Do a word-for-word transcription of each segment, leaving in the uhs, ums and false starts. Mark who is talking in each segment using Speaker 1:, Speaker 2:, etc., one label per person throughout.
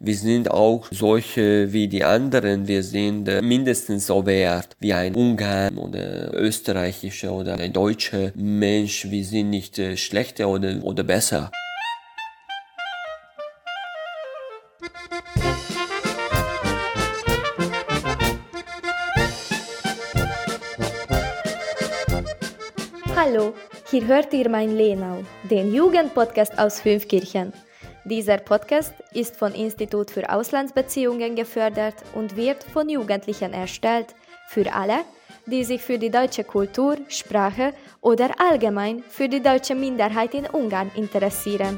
Speaker 1: Wir sind auch solche wie die anderen. Wir sind äh, mindestens so wert wie ein Ungar oder österreichischer oder ein deutscher Mensch. Wir sind nicht äh, schlechter oder, oder besser.
Speaker 2: Hallo, hier hört ihr mein Lenau, den Jugendpodcast aus Fünfkirchen. Dieser Podcast ist vom Institut für Auslandsbeziehungen gefördert und wird von Jugendlichen erstellt, für alle, die sich für die deutsche Kultur, Sprache oder allgemein für die deutsche Minderheit in Ungarn interessieren.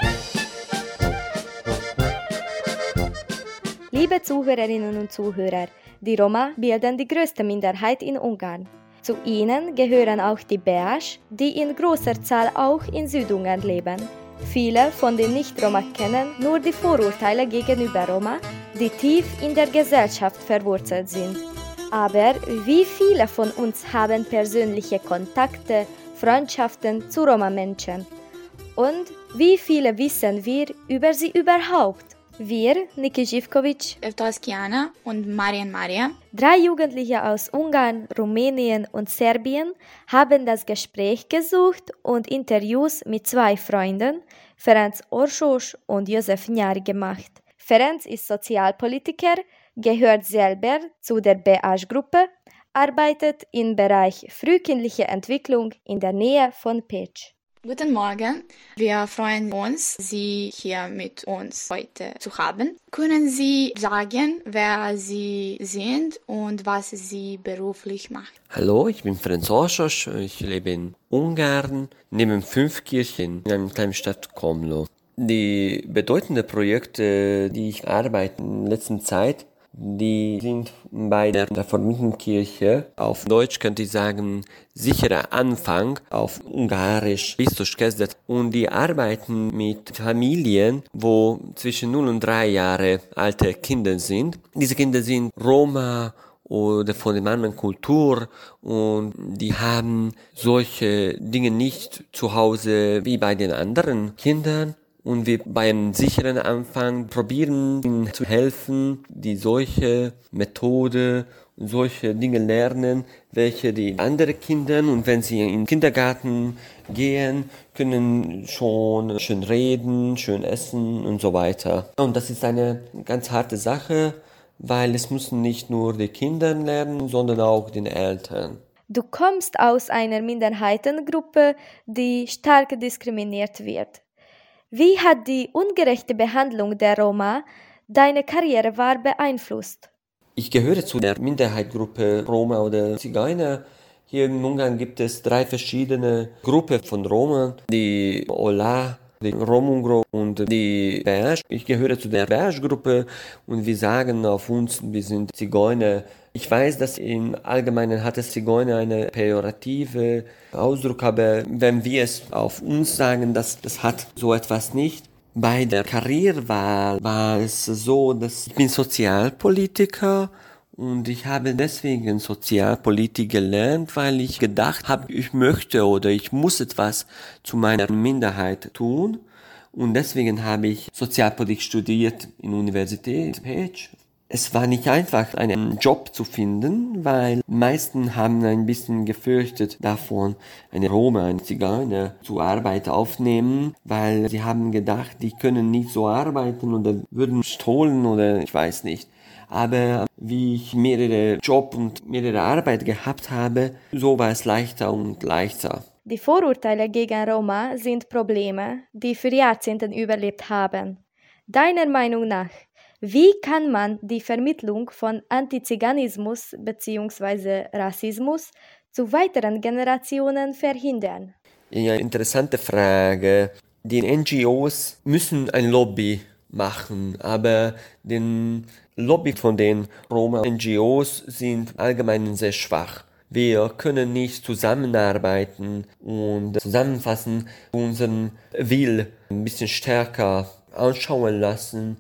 Speaker 2: Liebe Zuhörerinnen und Zuhörer, die Roma bilden die größte Minderheit in Ungarn. Zu ihnen gehören auch die Beas, die in großer Zahl auch in Südungarn leben. Viele von den Nicht-Roma kennen nur die Vorurteile gegenüber Roma, die tief in der Gesellschaft verwurzelt sind. Aber wie viele von uns haben persönliche Kontakte, Freundschaften zu Roma-Menschen? Und wie viele wissen wir über sie überhaupt? Wir, Niki Živković,
Speaker 3: Evtoskiana und Marian Maria,
Speaker 2: drei Jugendliche aus Ungarn, Rumänien und Serbien, haben das Gespräch gesucht und Interviews mit zwei Freunden, Ferenc Orsós und Josef Nyár, gemacht. Ferenc ist Sozialpolitiker, gehört selber zu der B A S-Gruppe, arbeitet im Bereich frühkindliche Entwicklung in der Nähe von Pécs.
Speaker 3: Guten Morgen, wir freuen uns, Sie hier mit uns heute zu haben. Können Sie sagen, wer Sie sind und was Sie beruflich machen?
Speaker 1: Hallo, ich bin Ferenc Orsós, ich lebe in Ungarn, neben Fünfkirchen in einer kleinen Stadt Komló. Die bedeutenden Projekte, die ich arbeite in der letzten Zeit, die sind bei der reformierten Kirche, auf Deutsch könnte ich sagen, sicherer Anfang, auf Ungarisch Biztos kezdet. Und die arbeiten mit Familien, wo zwischen null und drei Jahre alte Kinder sind. Diese Kinder sind Roma oder von der anderen Kultur und die haben solche Dinge nicht zu Hause wie bei den anderen Kindern. Und wir beim sicheren Anfang probieren ihnen zu helfen, die solche Methode und solche Dinge lernen, welche die anderen Kinder, und wenn sie in den Kindergarten gehen, können schon schön reden, schön essen und so weiter. Und das ist eine ganz harte Sache, weil es müssen nicht nur die Kinder lernen, sondern auch die Eltern.
Speaker 2: Du kommst aus einer Minderheitengruppe, die stark diskriminiert wird. Wie hat die ungerechte Behandlung der Roma deine Karrierewahl beeinflusst?
Speaker 1: Ich gehöre zu der Minderheitsgruppe Roma oder Zigeuner. Hier in Ungarn gibt es drei verschiedene Gruppen von Roma, die Ola, die Romungro und die Beas. Ich gehöre zu der Beas-Gruppe und wir sagen auf uns, wir sind Zigeuner. Ich weiß, dass im Allgemeinen hat es Zigeuner eine pejorative Ausdruck, aber wenn wir es auf uns sagen, das, das hat so etwas nicht. Bei der Karrierewahl war es so, dass ich bin Sozialpolitiker und ich habe deswegen Sozialpolitik gelernt, weil ich gedacht habe, ich möchte oder ich muss etwas zu meiner Minderheit tun. Und deswegen habe ich Sozialpolitik studiert in der Universität Pécs. Es war nicht einfach, einen Job zu finden, weil die meisten haben ein bisschen gefürchtet davon, eine Roma, eine Zigeuner zu Arbeit aufnehmen, weil sie haben gedacht, die können nicht so arbeiten oder würden stohlen oder ich weiß nicht. Aber wie ich mehrere Jobs und mehrere Arbeit gehabt habe, so war es leichter und leichter.
Speaker 2: Die Vorurteile gegen Roma sind Probleme, die für Jahrzehnte überlebt haben. Deiner Meinung nach, wie kann man die Vermittlung von Antiziganismus bzw. Rassismus zu weiteren Generationen verhindern?
Speaker 1: Ja, interessante Frage. Die N G Os müssen ein Lobby machen, aber den Lobby von den Roma-N G Os sind allgemein sehr schwach. Wir können nicht zusammenarbeiten und zusammenfassen, unseren Will ein bisschen stärker anschauen lassen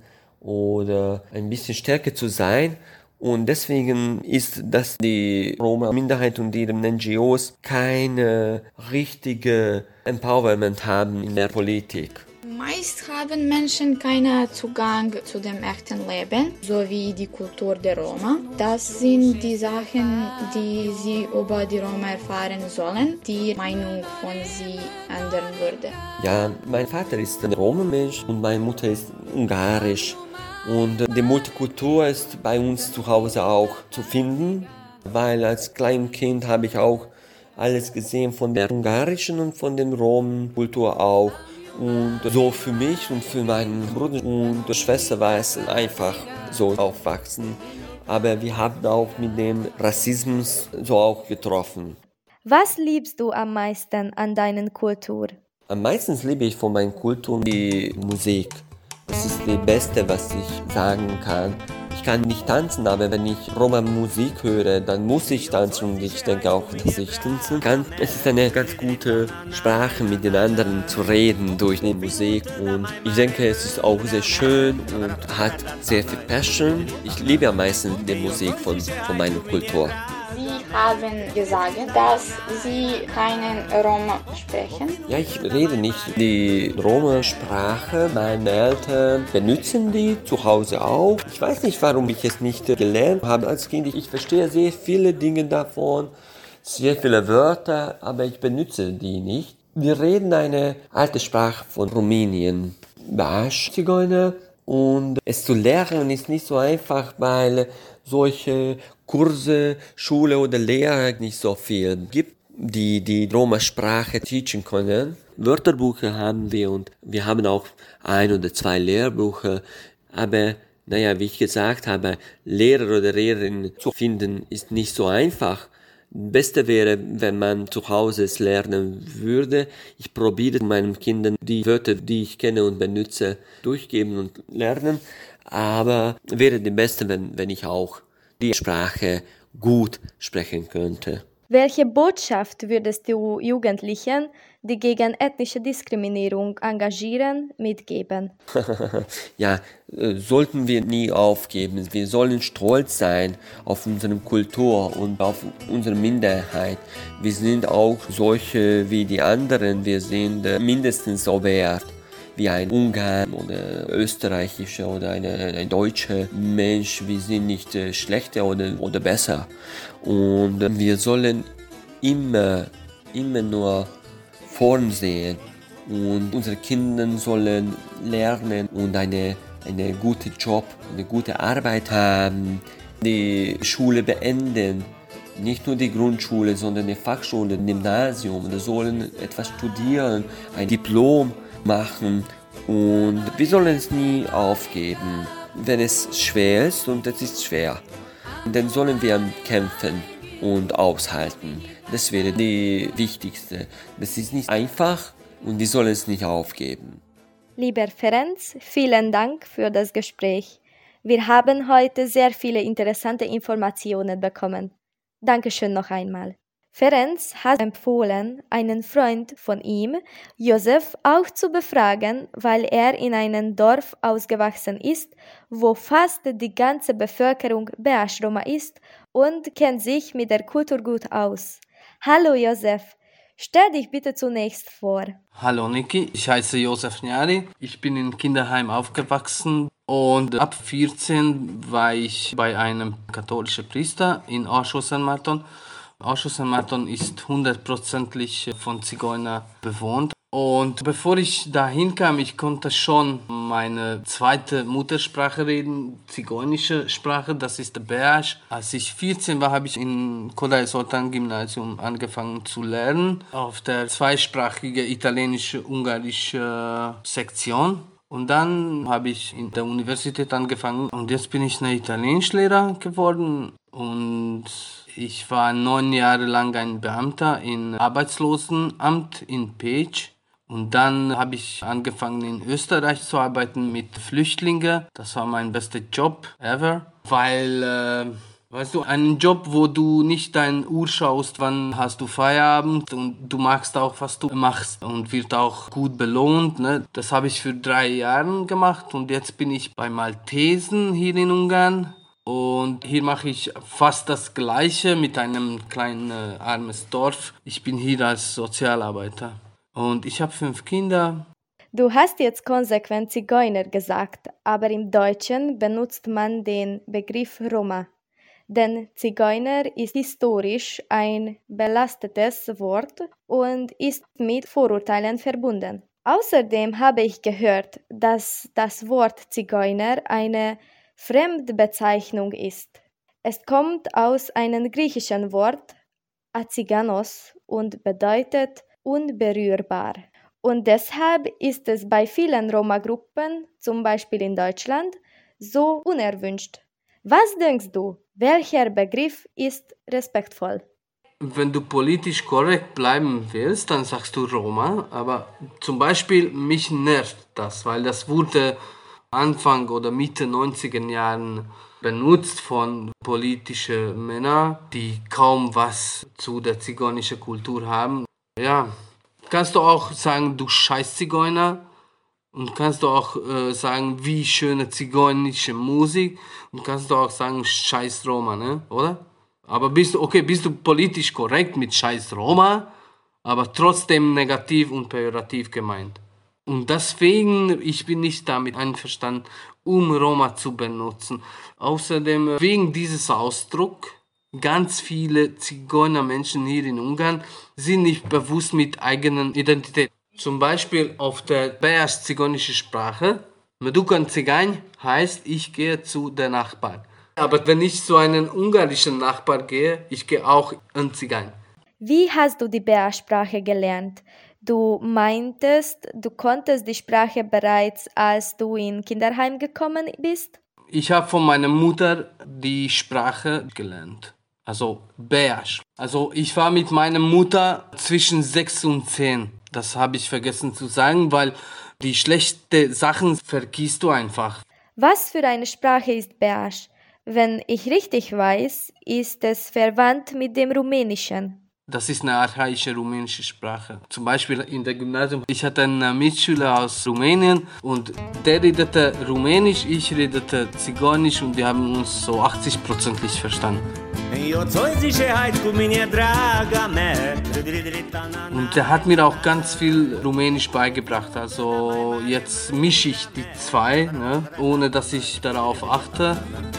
Speaker 1: oder ein bisschen stärker zu sein. Und deswegen ist, dass die Roma-Minderheit und ihren N G Os keine richtige Empowerment haben in der Politik.
Speaker 3: Meist haben Menschen keinen Zugang zu dem echten Leben, sowie die Kultur der Roma. Das sind die Sachen, die sie über die Roma erfahren sollen, die Meinung von sie ändern würde.
Speaker 1: Ja, mein Vater ist ein Roma-Mensch und meine Mutter ist ungarisch. Und die Multikultur ist bei uns zu Hause auch zu finden, weil als kleines Kind habe ich auch alles gesehen von der ungarischen und von der Romenkultur auch. Und so für mich und für meinen Bruder und Schwester war es einfach so aufwachsen. Aber wir haben auch mit dem Rassismus so auch getroffen.
Speaker 2: Was liebst du am meisten an deiner Kultur?
Speaker 1: Am meisten liebe ich von meiner Kultur die Musik. Das ist das Beste, was ich sagen kann. Ich kann nicht tanzen, aber wenn ich Roma-Musik höre, dann muss ich tanzen und ich denke auch, dass ich tanzen kann. Es ist eine ganz gute Sprache, mit den anderen zu reden durch die Musik und ich denke, es ist auch sehr schön und hat sehr viel Passion. Ich liebe am meisten die Musik von, von meiner Kultur.
Speaker 3: Sie haben gesagt, dass Sie keinen Roma sprechen.
Speaker 1: Ja, ich rede nicht die Roma-Sprache. Meine Eltern benutzen die zu Hause auch. Ich weiß nicht, warum ich es nicht gelernt habe als Kind. Ich verstehe sehr viele Dinge davon, sehr viele Wörter, aber ich benutze die nicht. Wir reden eine alte Sprache von Rumänien, Basch-Zigeuner. Und es zu lernen ist nicht so einfach, weil solche Kurse, Schule oder Lehrer nicht so viel gibt, die die Roma-Sprache teachen können. Wörterbücher haben wir und wir haben auch ein oder zwei Lehrbücher, aber naja, wie ich gesagt habe, Lehrer oder Lehrerin zu finden ist nicht so einfach. Das Beste wäre, wenn man zu Hause es lernen würde. Ich probiere meinen Kindern die Wörter, die ich kenne und benutze, durchgeben und lernen. Aber wäre das Beste, wenn, wenn ich auch die Sprache gut sprechen könnte.
Speaker 2: Welche Botschaft würdest du Jugendlichen, die gegen ethnische Diskriminierung engagieren, mitgeben?
Speaker 1: Ja, sollten wir nie aufgeben. Wir sollen stolz sein auf unsere Kultur und auf unsere Minderheit. Wir sind auch solche wie die anderen. Wir sind mindestens so wert wie ein Ungar oder österreichischer oder eine, ein deutscher Mensch. Wir sind nicht äh, schlechter oder, oder besser. Und äh, wir sollen immer, immer nur vorn sehen. Und unsere Kinder sollen lernen und eine, eine gute Job, eine gute Arbeit haben, die Schule beenden. Nicht nur die Grundschule, sondern die Fachschule, das Gymnasium. Wir sollen etwas studieren, ein Diplom machen und wir sollen es nie aufgeben. Wenn es schwer ist, und es ist schwer, dann sollen wir kämpfen und aushalten. Das wäre die wichtigste. Das ist nicht einfach und wir sollen es nicht aufgeben.
Speaker 2: Lieber Ferenc, vielen Dank für das Gespräch. Wir haben heute sehr viele interessante Informationen bekommen. Dankeschön noch einmal. Ferenc hat empfohlen, einen Freund von ihm, Josef, auch zu befragen, weil er in einem Dorf ausgewachsen ist, wo fast die ganze Bevölkerung Beasch-Roma ist und kennt sich mit der Kultur gut aus. Hallo Josef, stell dich bitte zunächst vor.
Speaker 4: Hallo Niki, ich heiße Josef Njari, ich bin in Kinderheim aufgewachsen und ab vierzehn war ich bei einem katholischen Priester in Aarschot-Saint-Martin. Aarschot-Saint-Martin ist hundertprozentig von Zigeuner bewohnt. Und bevor ich dahin kam, ich konnte schon meine zweite Muttersprache reden, zigeunische Sprache, das ist der Beasch. Als ich vierzehn war, habe ich im Kodály-Zoltán-Gymnasium angefangen zu lernen, auf der zweisprachigen italienisch-ungarische Sektion. Und dann habe ich in der Universität angefangen und jetzt bin ich ein Italienischlehrer geworden und ich war neun Jahre lang ein Beamter im Arbeitslosenamt in Pécs. Und dann habe ich angefangen in Österreich zu arbeiten mit Flüchtlingen. Das war mein bester Job ever, weil, äh, weißt du, einen Job, wo du nicht deine Uhr schaust, wann hast du Feierabend und du magst auch, was du machst und wird auch gut belohnt. Ne? Das habe ich für drei Jahre gemacht und jetzt bin ich bei Maltesen hier in Ungarn. Und hier mache ich fast das Gleiche mit einem kleinen äh, armes Dorf. Ich bin hier als Sozialarbeiter. Und ich habe fünf Kinder.
Speaker 2: Du hast jetzt konsequent Zigeuner gesagt, aber im Deutschen benutzt man den Begriff Roma. Denn Zigeuner ist historisch ein belastetes Wort und ist mit Vorurteilen verbunden. Außerdem habe ich gehört, dass das Wort Zigeuner eine Fremdbezeichnung ist. Es kommt aus einem griechischen Wort aziganos und bedeutet unberührbar. Und deshalb ist es bei vielen Roma-Gruppen, zum Beispiel in Deutschland, so unerwünscht. Was denkst du, welcher Begriff ist respektvoll?
Speaker 4: Wenn du politisch korrekt bleiben willst, dann sagst du Roma, aber zum Beispiel mich nervt das, weil das wurde Anfang oder Mitte neunziger Jahren benutzt von politischen Männern, die kaum was zu der zigeunischen Kultur haben. Ja, kannst du auch sagen, du scheiß Zigeuner, und kannst du auch äh, sagen, wie schöne zigeunische Musik, und kannst du auch sagen, scheiß Roma, ne, oder? Aber bist du, okay, bist du politisch korrekt mit scheiß Roma, aber trotzdem negativ und pejorativ gemeint. Und deswegen, ich bin nicht damit einverstanden, um Roma zu benutzen. Außerdem, wegen dieses Ausdruck, ganz viele Zigeunermenschen hier in Ungarn sind nicht bewusst mit eigener Identität. Zum Beispiel auf der bäisch-zigeunischen Sprache, Medukan Zigein heißt, ich gehe zu den Nachbarn. Aber wenn ich zu einem ungarischen Nachbar gehe, ich gehe auch in Zigein.
Speaker 2: Wie hast du die Bäisch-Sprache gelernt? Du meintest, du konntest die Sprache bereits, als du in Kinderheim gekommen bist?
Speaker 4: Ich habe von meiner Mutter die Sprache gelernt. Also Bäisch. Also ich war mit meiner Mutter zwischen sechs und zehn. Das habe ich vergessen zu sagen, weil die schlechten Sachen vergisst du einfach.
Speaker 2: Was für eine Sprache ist Bäisch? Wenn ich richtig weiß, ist es verwandt mit dem Rumänischen.
Speaker 4: Das ist eine archaische rumänische Sprache. Zum Beispiel in der Gymnasium. Ich hatte einen Mitschüler aus Rumänien und der redete Rumänisch, ich redete Zigeunisch und wir haben uns so achtzig Prozent verstanden. Und der hat mir auch ganz viel Rumänisch beigebracht. Also jetzt mische ich die zwei, ne, ohne dass ich darauf achte.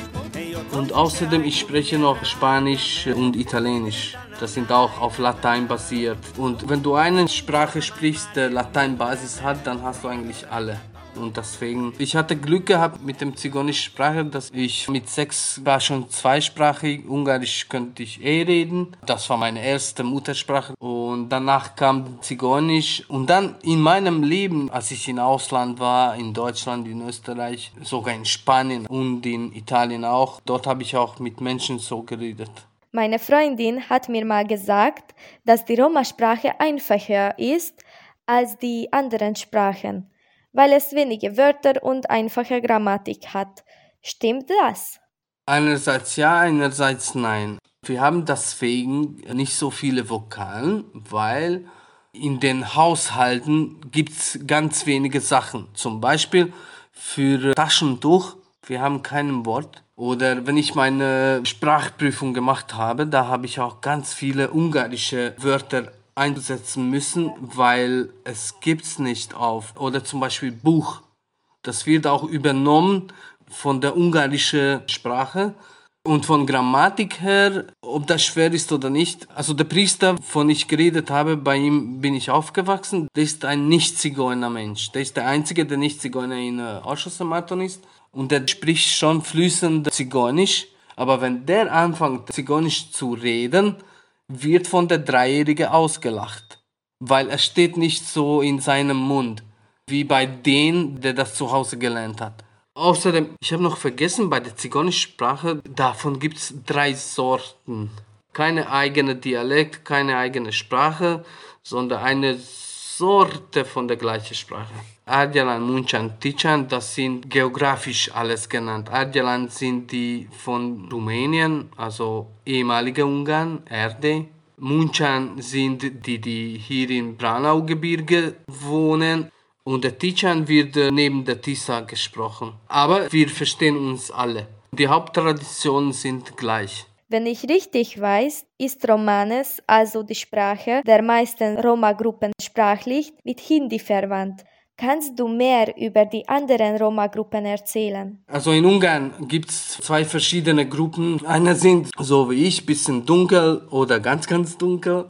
Speaker 4: Und außerdem, ich spreche noch Spanisch und Italienisch. Das sind auch auf Latein basiert. Und wenn du eine Sprache sprichst, der Lateinbasis hat, dann hast du eigentlich alle. Und deswegen, ich hatte Glück gehabt mit der zigeunischen Sprache, dass ich mit sechs war schon zweisprachig. Ungarisch könnte ich eh reden. Das war meine erste Muttersprache. Und danach kam Zigeunisch. Und dann in meinem Leben, als ich im Ausland war, in Deutschland, in Österreich, sogar in Spanien und in Italien auch, dort habe ich auch mit Menschen so geredet.
Speaker 2: Meine Freundin hat mir mal gesagt, dass die Roma-Sprache einfacher ist als die anderen Sprachen, weil es wenige Wörter und einfache Grammatik hat. Stimmt das?
Speaker 4: Einerseits ja, einerseits nein. Wir haben deswegen nicht so viele Vokalen, weil in den Haushalten gibt es ganz wenige Sachen. Zum Beispiel für Taschentuch, wir haben kein Wort. Oder wenn ich meine Sprachprüfung gemacht habe, da habe ich auch ganz viele ungarische Wörter einsetzen müssen, weil es gibt's nicht auf. Oder zum Beispiel Buch. Das wird auch übernommen von der ungarischen Sprache. Und von Grammatik her, ob das schwer ist oder nicht. Also der Priester, von dem ich geredet habe, bei ihm bin ich aufgewachsen. Der ist ein Nicht-Zigeuner-Mensch. Der ist der einzige, der Nicht-Zigeuner in Auschwitz-Marton ist. Und der spricht schon fließend Zigeunisch. Aber wenn der anfängt, Zigeunisch zu reden, wird von der Dreijährige ausgelacht. Weil es steht nicht so in seinem Mund, wie bei dem, der das zu Hause gelernt hat. Außerdem, ich habe noch vergessen, bei der zigeunischen Sprache, davon gibt es drei Sorten. Keine eigene Dialekt, keine eigene Sprache, sondern eine Sorte von der gleichen Sprache. Ardalan, Munchan, Tichan, das sind geografisch alles genannt. Ardalan sind die von Rumänien, also ehemalige Ungarn, Erde. Munchan sind die, die hier im Braunaugebirge wohnen. Und der Tichan wird neben der Tisa gesprochen. Aber wir verstehen uns alle. Die Haupttraditionen sind gleich.
Speaker 2: Wenn ich richtig weiß, ist Romanes, also die Sprache der meisten Roma-Gruppen sprachlich, mit Hindi verwandt. Kannst du mehr über die anderen Roma-Gruppen erzählen?
Speaker 4: Also in Ungarn gibt es zwei verschiedene Gruppen. Eine sind so wie ich, bisschen dunkel oder ganz, ganz dunkel.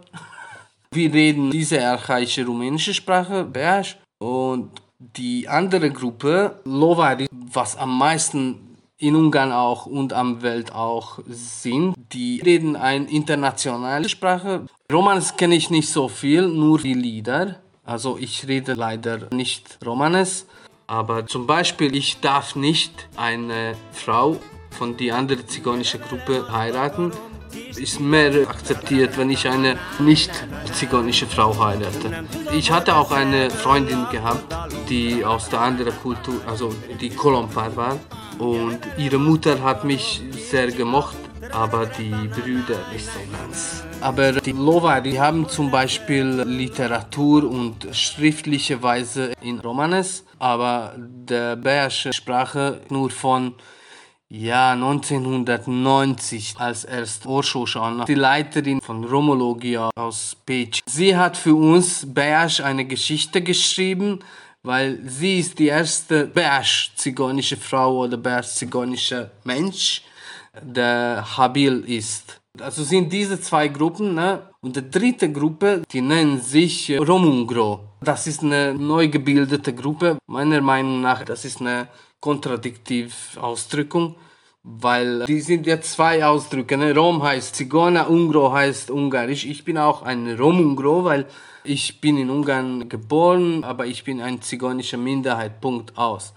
Speaker 4: Wir reden diese archaische rumänische Sprache, Beasch. Und die andere Gruppe, Lovari, was am meisten in Ungarn auch und am Welt auch sind, die reden eine internationale Sprache. Romanes kenne ich nicht so viel, nur die Lieder. Also ich rede leider nicht Romanes, aber zum Beispiel ich darf nicht eine Frau von der anderen zigeunische Gruppe heiraten. Ist mehr akzeptiert, wenn ich eine nicht zigeunische Frau heirate. Ich hatte auch eine Freundin gehabt, die aus der anderen Kultur, also die Kolompar war. Und ihre Mutter hat mich sehr gemocht, aber die Brüder nicht so ganz. Aber die Lovar, die haben zum Beispiel Literatur und schriftliche Weise in Romanes, aber der Beasche Sprache nur von ja, neunzehnhundertneunzig als erst Orschoschan, die Leiterin von Romologia aus Pécs. Sie hat für uns Beasch eine Geschichte geschrieben, weil sie ist die erste Beasch-zigeunische Frau oder Beasch-zigeunischer Mensch, der habil ist. Also sind diese zwei Gruppen, ne? Und die dritte Gruppe, die nennen sich Romungro. Das ist eine neu gebildete Gruppe. Meiner Meinung nach, das ist eine kontradiktive Ausdrückung, weil die sind ja zwei Ausdrücke. Ne? Rom heißt Zigeuner, Ungro heißt Ungarisch. Ich bin auch ein Romungro, weil ich bin in Ungarn geboren, aber ich bin eine zigeunische Minderheit, Punkt aus.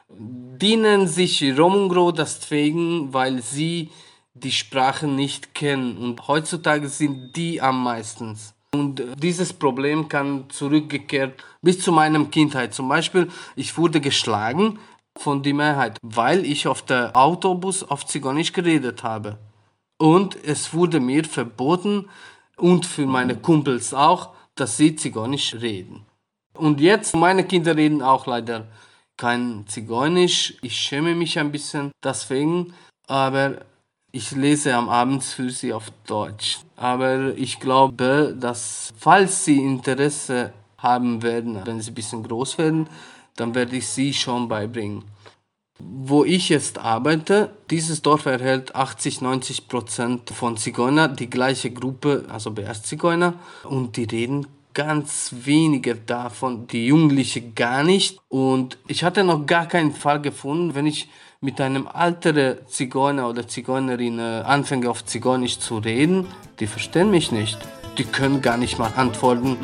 Speaker 4: Die nennen sich Romungro deswegen, weil sie die Sprache nicht kennen und heutzutage sind die am meisten. Und dieses Problem kann zurückgekehrt bis zu meiner Kindheit. Zum Beispiel, ich wurde geschlagen von der Mehrheit, weil ich auf der Autobus auf Zigeunisch geredet habe. Und es wurde mir verboten und für meine Kumpels auch, dass sie Zigeunisch reden. Und jetzt, meine Kinder reden auch leider kein Zigeunisch. Ich schäme mich ein bisschen deswegen, aber ich lese am Abend für sie auf Deutsch. Aber ich glaube, dass falls sie Interesse haben werden, wenn sie ein bisschen groß werden, dann werde ich sie schon beibringen. Wo ich jetzt arbeite, dieses Dorf erhält achtzig, neunzig Prozent von Zigeuner, die gleiche Gruppe, also B S-Zigeuner, und die reden ganz wenige davon, die Jugendlichen gar nicht. Und ich hatte noch gar keinen Fall gefunden, wenn ich mit einem älteren Zigeuner oder Zigeunerin äh, anfange auf Zigeunisch zu reden, die verstehen mich nicht. Die können gar nicht mal antworten.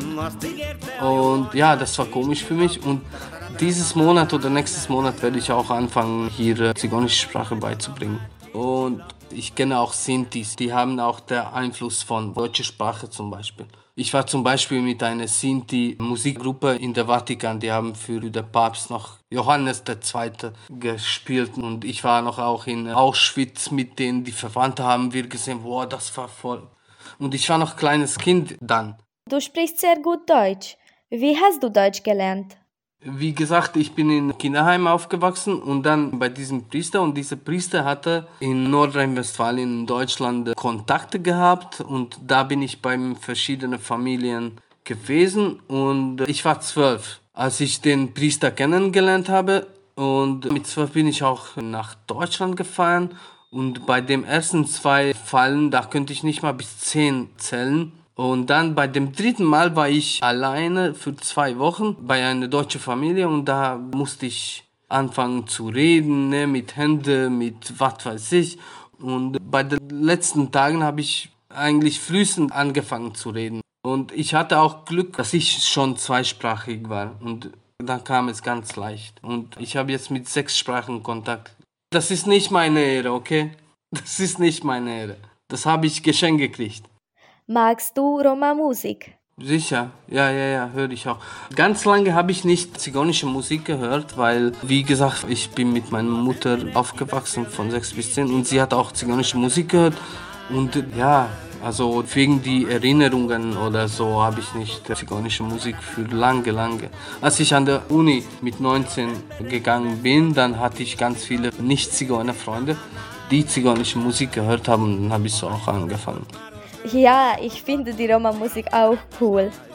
Speaker 4: Und ja, das war komisch für mich. Und dieses Monat oder nächstes Monat werde ich auch anfangen, hier äh, zigeunische Sprache beizubringen. Und ich kenne auch Sintis, die haben auch den Einfluss von deutscher Sprache zum Beispiel. Ich war zum Beispiel mit einer Sinti-Musikgruppe in der Vatikan, die haben für den Papst noch Johannes der Zweite gespielt. Und ich war noch auch in Auschwitz mit denen, die Verwandte haben wir gesehen, wow, das war voll. Und ich war noch kleines Kind dann.
Speaker 2: Du sprichst sehr gut Deutsch. Wie hast du Deutsch gelernt?
Speaker 4: Wie gesagt, ich bin in Kinderheim aufgewachsen und dann bei diesem Priester. Und dieser Priester hatte in Nordrhein-Westfalen in Deutschland Kontakte gehabt. Und da bin ich bei verschiedenen Familien gewesen. Und ich war zwölf, als ich den Priester kennengelernt habe. Und mit zwölf bin ich auch nach Deutschland gefahren. Und bei den ersten zwei Fallen, da könnte ich nicht mal bis zehn zählen. Und dann bei dem dritten Mal war ich alleine für zwei Wochen bei einer deutschen Familie und da musste ich anfangen zu reden, ne, mit Händen, mit was weiß ich. Und bei den letzten Tagen habe ich eigentlich fließend angefangen zu reden. Und ich hatte auch Glück, dass ich schon zweisprachig war und dann kam es ganz leicht. Und ich habe jetzt mit sechs Sprachen Kontakt. Das ist nicht meine Ehre, okay? Das ist nicht meine Ehre. Das habe ich geschenkt gekriegt.
Speaker 2: Magst du Roma-Musik?
Speaker 4: Sicher, ja, ja, ja, höre ich auch. Ganz lange habe ich nicht zigeunische Musik gehört, weil, wie gesagt, ich bin mit meiner Mutter aufgewachsen von sechs bis zehn und sie hat auch zigeunische Musik gehört. Und ja, also wegen die Erinnerungen oder so habe ich nicht zigeunische Musik für lange, lange. Als ich an der Uni mit neunzehn gegangen bin, dann hatte ich ganz viele Nicht-Zigeuner-Freunde, die zigeunische Musik gehört haben und dann habe ich so auch angefangen.
Speaker 2: Ja, ich finde die Roma-Musik auch cool.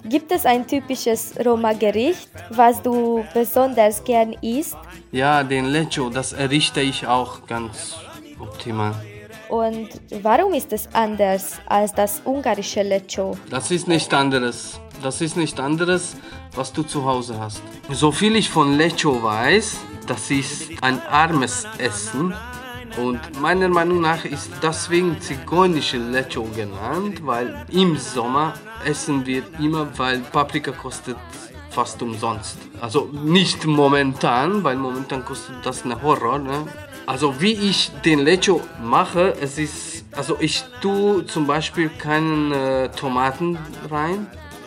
Speaker 2: Gibt es ein typisches Roma-Gericht, was du besonders gern isst?
Speaker 4: Ja, den Lecho, das errichte ich auch ganz optimal.
Speaker 2: Und warum ist es anders als das ungarische Lecho?
Speaker 4: Das ist nicht anderes. Das ist nicht anderes, was du zu Hause hast. So viel ich von Lecho weiß, das ist ein armes Essen. Und meiner Meinung nach ist deswegen zigeunische Lecho genannt, weil im Sommer essen wir immer, weil Paprika kostet fast umsonst. Also nicht momentan, weil momentan kostet das eine Horror, ne? Also wie ich den Lecho mache, es ist, also ich tue zum Beispiel keine äh, Tomaten rein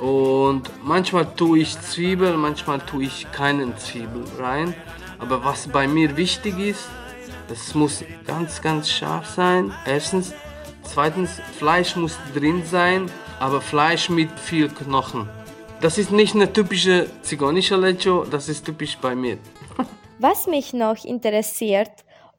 Speaker 4: und manchmal tue ich Zwiebeln, manchmal tue ich keine Zwiebel rein. Aber was bei mir wichtig ist, es muss ganz, ganz scharf sein, erstens. Zweitens, Fleisch muss drin sein, aber Fleisch mit viel Knochen. Das ist nicht eine typische zigeunische Lecho, das ist typisch bei mir.
Speaker 2: Was mich noch interessiert,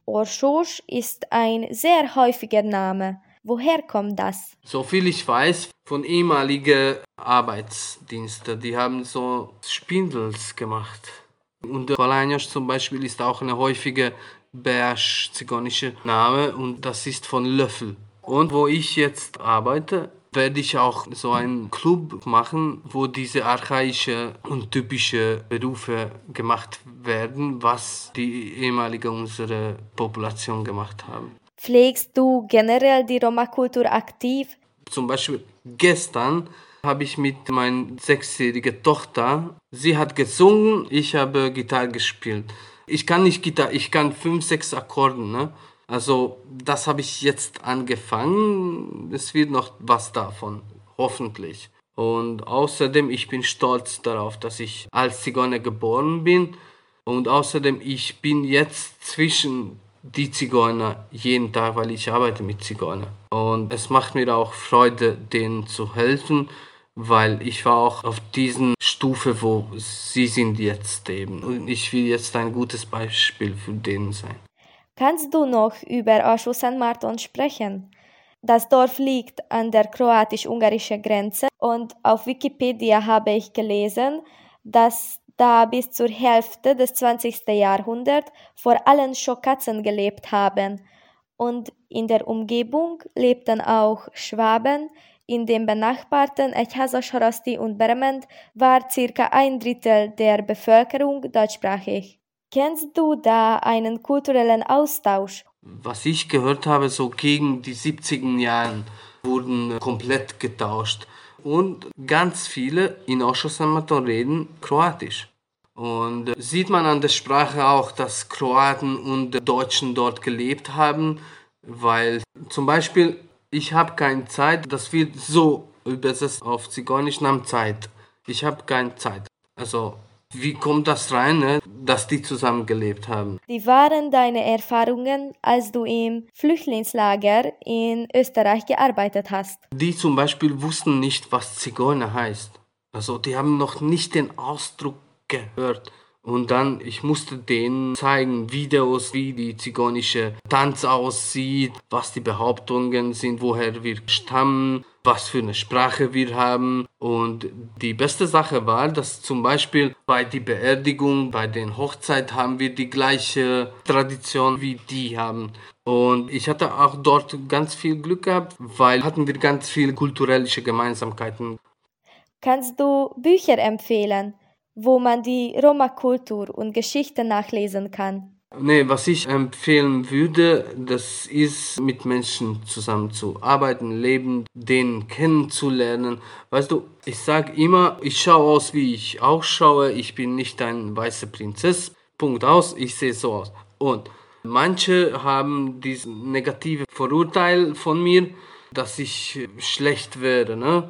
Speaker 2: Orsos ist ein sehr häufiger Name. Woher kommt das?
Speaker 4: So viel ich weiß von ehemaligen Arbeitsdiensten, die haben so Spindels gemacht. Und Kolanyos zum Beispiel ist auch eine häufige bergisch-zigonische Name und das ist von Löffel. Und wo ich jetzt arbeite, werde ich auch so einen Club machen, wo diese archaischen und typischen Berufe gemacht werden, was die ehemalige unsere Population gemacht haben.
Speaker 2: Pflegst du generell die Roma-Kultur aktiv?
Speaker 4: Zum Beispiel gestern habe ich mit meiner sechsjährigen Tochter, sie hat gesungen, ich habe Gitarre gespielt. Ich kann nicht Gitarre, ich kann fünf, sechs Akkorden, ne? Also das habe ich jetzt angefangen, es wird noch was davon, hoffentlich. Und außerdem, ich bin stolz darauf, dass ich als Zigeuner geboren bin. Und außerdem, ich bin jetzt zwischen die Zigeuner jeden Tag, weil ich arbeite mit Zigeunern. Und es macht mir auch Freude, denen zu helfen, weil ich war auch auf diesen Stufe, wo sie sind jetzt eben. Und ich will jetzt ein gutes Beispiel für den sein.
Speaker 2: Kannst du noch über Orso Szent Márton sprechen? Das Dorf liegt an der kroatisch-ungarischen Grenze und auf Wikipedia habe ich gelesen, dass da bis zur Hälfte des zwanzigsten Jahrhunderts vor allem Schokatzen gelebt haben. Und in der Umgebung lebten auch Schwaben. In dem benachbarten Egyházasharaszti und Berement war circa ein Drittel der Bevölkerung deutschsprachig. Kennst du da einen kulturellen Austausch?
Speaker 4: Was ich gehört habe, so gegen die siebziger Jahren wurden komplett getauscht. Und ganz viele in Orso Szent Márton reden Kroatisch. Und sieht man an der Sprache auch, dass Kroaten und Deutschen dort gelebt haben, weil zum Beispiel, ich habe keine Zeit, das wird so übersetzt auf Zigeunisch, nahm Zeit. Ich habe keine Zeit. Also, wie kommt das rein, ne, dass die zusammen gelebt haben?
Speaker 2: Wie waren deine Erfahrungen, als du im Flüchtlingslager in Österreich gearbeitet hast?
Speaker 4: Die zum Beispiel wussten nicht, was Zigeuner heißt. Also, die haben noch nicht den Ausdruck gehört. Und dann, ich musste denen zeigen, Videos, wie die zigeunische Tanz aussieht, was die Behauptungen sind, woher wir stammen, was für eine Sprache wir haben. Und die beste Sache war, dass zum Beispiel bei der Beerdigung, bei den Hochzeit haben wir die gleiche Tradition wie die haben. Und ich hatte auch dort ganz viel Glück gehabt, weil hatten wir ganz viele kulturelle Gemeinsamkeiten.
Speaker 2: Kannst du Bücher empfehlen, wo man die Roma-Kultur und Geschichte nachlesen kann?
Speaker 4: Nee, was ich empfehlen würde, das ist mit Menschen zusammenzuarbeiten, leben, denen kennenzulernen. Weißt du, ich sag immer, ich schaue aus, wie ich ausschaue. Ich bin nicht ein weiße Prinzess. Punkt aus, ich sehe so aus. Und manche haben dieses negative Vorurteil von mir, dass ich schlecht wäre, ne?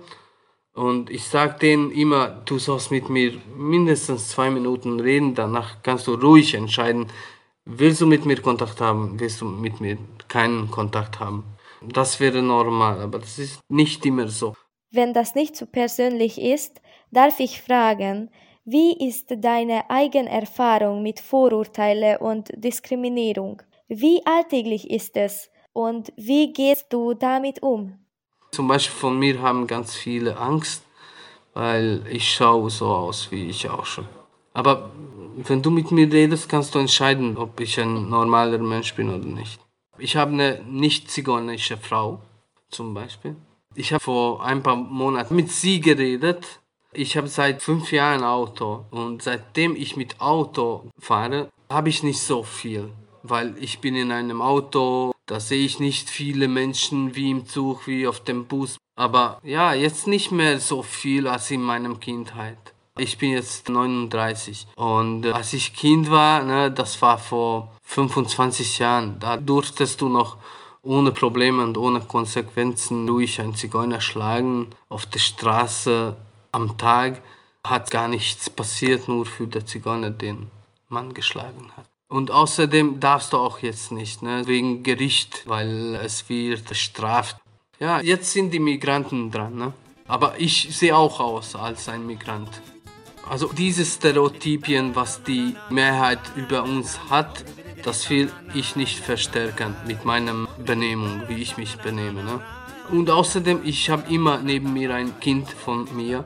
Speaker 4: Und ich sage denen immer, du sollst mit mir mindestens zwei Minuten reden, danach kannst du ruhig entscheiden, willst du mit mir Kontakt haben, willst du mit mir keinen Kontakt haben. Das wäre normal, aber das ist nicht immer so.
Speaker 2: Wenn das nicht zu persönlich ist, darf ich fragen, wie ist deine eigene Erfahrung mit Vorurteilen und Diskriminierung? Wie alltäglich ist es und wie gehst du damit um?
Speaker 4: Zum Beispiel von mir haben ganz viele Angst, weil ich schaue so aus, wie ich auch schon. Aber wenn du mit mir redest, kannst du entscheiden, ob ich ein normaler Mensch bin oder nicht. Ich habe eine nicht-zigeunische Frau, zum Beispiel. Ich habe vor ein paar Monaten mit sie geredet. Ich habe seit fünf Jahren ein Auto und seitdem ich mit Auto fahre, habe ich nicht so viel. Weil ich bin in einem Auto, da sehe ich nicht viele Menschen wie im Zug, wie auf dem Bus. Aber ja, jetzt nicht mehr so viel als in meiner Kindheit. Ich bin jetzt neununddreißig und äh, als ich Kind war, ne, das war vor fünfundzwanzig Jahren, da durftest du noch ohne Probleme und ohne Konsequenzen durch einen Zigeuner schlagen auf der Straße am Tag. Hat gar nichts passiert, nur für den Zigeuner, den man geschlagen hat. Und außerdem darfst du auch jetzt nicht, ne, wegen Gericht, weil es wird bestraft. Ja, jetzt sind die Migranten dran, ne? Aber ich sehe auch aus als ein Migrant. Also diese Stereotypien, was die Mehrheit über uns hat, das will ich nicht verstärken mit meiner Benehmung, wie ich mich benehme. Ne? Und außerdem, ich habe immer neben mir ein Kind von mir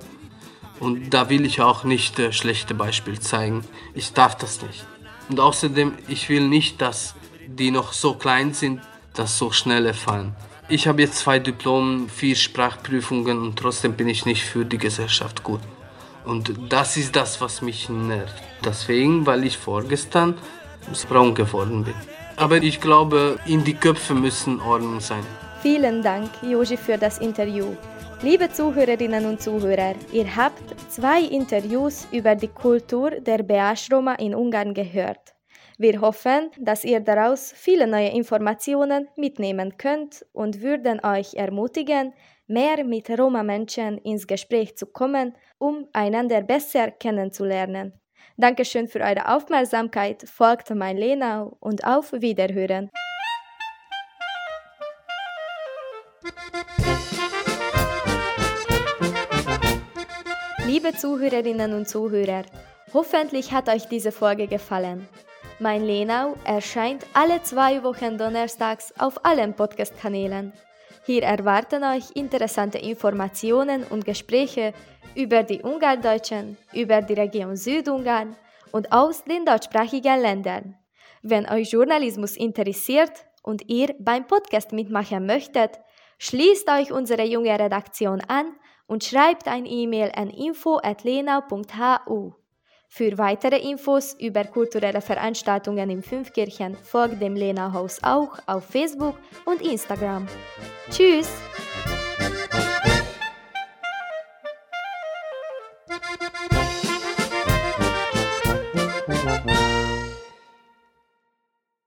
Speaker 4: und da will ich auch nicht das schlechte Beispiel zeigen. Ich darf das nicht. Und außerdem, ich will nicht, dass die noch so klein sind, das so schnell erfahren. Ich habe jetzt zwei Diplome, vier Sprachprüfungen und trotzdem bin ich nicht für die Gesellschaft gut. Und das ist das, was mich nervt. Deswegen, weil ich vorgestern braun geworden bin. Aber ich glaube, in die Köpfe müssen Ordnung sein.
Speaker 2: Vielen Dank, Joži, für das Interview. Liebe Zuhörerinnen und Zuhörer, ihr habt zwei Interviews über die Kultur der Beasch-Roma in Ungarn gehört. Wir hoffen, dass ihr daraus viele neue Informationen mitnehmen könnt und würden euch ermutigen, mehr mit Roma-Menschen ins Gespräch zu kommen, um einander besser kennenzulernen. Dankeschön für eure Aufmerksamkeit, folgt mein Lenau und auf Wiederhören. Liebe Zuhörerinnen und Zuhörer, hoffentlich hat euch diese Folge gefallen. Mein Lenau erscheint alle zwei Wochen donnerstags auf allen Podcast-Kanälen. Hier erwarten euch interessante Informationen und Gespräche über die Ungardeutschen, über die Region Südungarn und aus den deutschsprachigen Ländern. Wenn euch Journalismus interessiert und ihr beim Podcast mitmachen möchtet, schließt euch unsere junge Redaktion an und schreibt ein E-Mail an info at lenau punkt h u. Für weitere Infos über kulturelle Veranstaltungen in Fünfkirchen folgt dem Lenau-Haus auch auf Facebook und Instagram. Tschüss!